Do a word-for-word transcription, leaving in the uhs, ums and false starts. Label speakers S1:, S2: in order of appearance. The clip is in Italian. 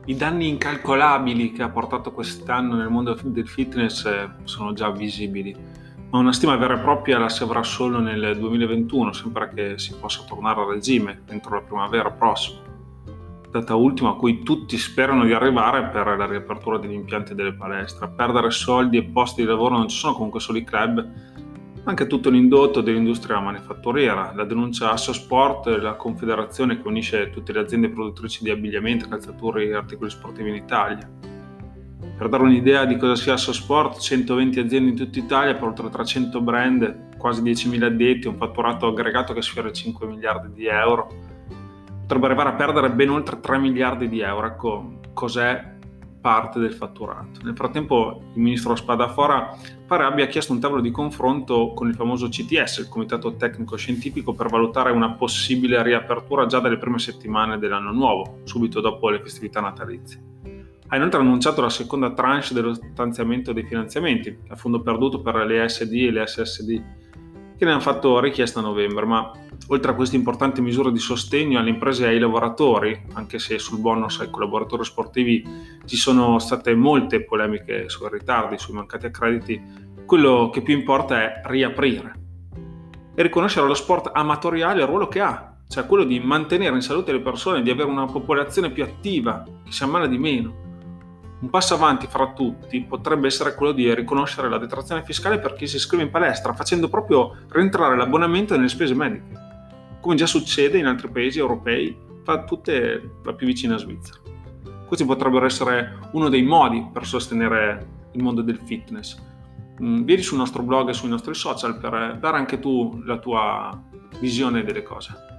S1: I danni incalcolabili che ha portato quest'anno nel mondo del fitness eh, sono già visibili, ma una stima vera e propria la si avrà solo nel duemilaventuno, sembra che si possa tornare a regime entro la primavera prossima, data ultima a cui tutti sperano di arrivare per la riapertura degli impianti delle palestre. A perdere soldi e posti di lavoro non ci sono comunque solo i club, ma anche tutto l'indotto dell'industria manifatturiera. La denuncia Assosport, la confederazione che unisce tutte le aziende produttrici di abbigliamento, calzature e articoli sportivi in Italia. Per dare un'idea di cosa sia Assosport, centoventi aziende in tutta Italia per oltre trecento brand, quasi diecimila addetti, un fatturato aggregato che sfiora i cinque miliardi di euro. Potrebbe arrivare a perdere ben oltre tre miliardi di euro. Ecco, cos'è parte del fatturato. Nel frattempo il ministro Spadafora pare abbia chiesto un tavolo di confronto con il famoso C T S, il Comitato Tecnico Scientifico, per valutare una possibile riapertura già dalle prime settimane dell'anno nuovo, subito dopo le festività natalizie. Ha inoltre annunciato la seconda tranche dello stanziamento dei finanziamenti a fondo perduto per le E S D e le S S D, che ne hanno fatto richiesta a novembre, ma oltre a queste importanti misure di sostegno alle imprese e ai lavoratori, anche se sul bonus ai collaboratori sportivi ci sono state molte polemiche sui ritardi, sui mancati accrediti, quello che più importa è riaprire e riconoscere allo sport amatoriale il ruolo che ha, cioè quello di mantenere in salute le persone, di avere una popolazione più attiva, che si ammala di meno. Un passo avanti fra tutti potrebbe essere quello di riconoscere la detrazione fiscale per chi si iscrive in palestra, facendo proprio rientrare l'abbonamento nelle spese mediche, come già succede in altri paesi europei, fra tutte la più vicina Svizzera. Questi potrebbero essere uno dei modi per sostenere il mondo del fitness. Vieni sul nostro blog e sui nostri social per dare anche tu la tua visione delle cose.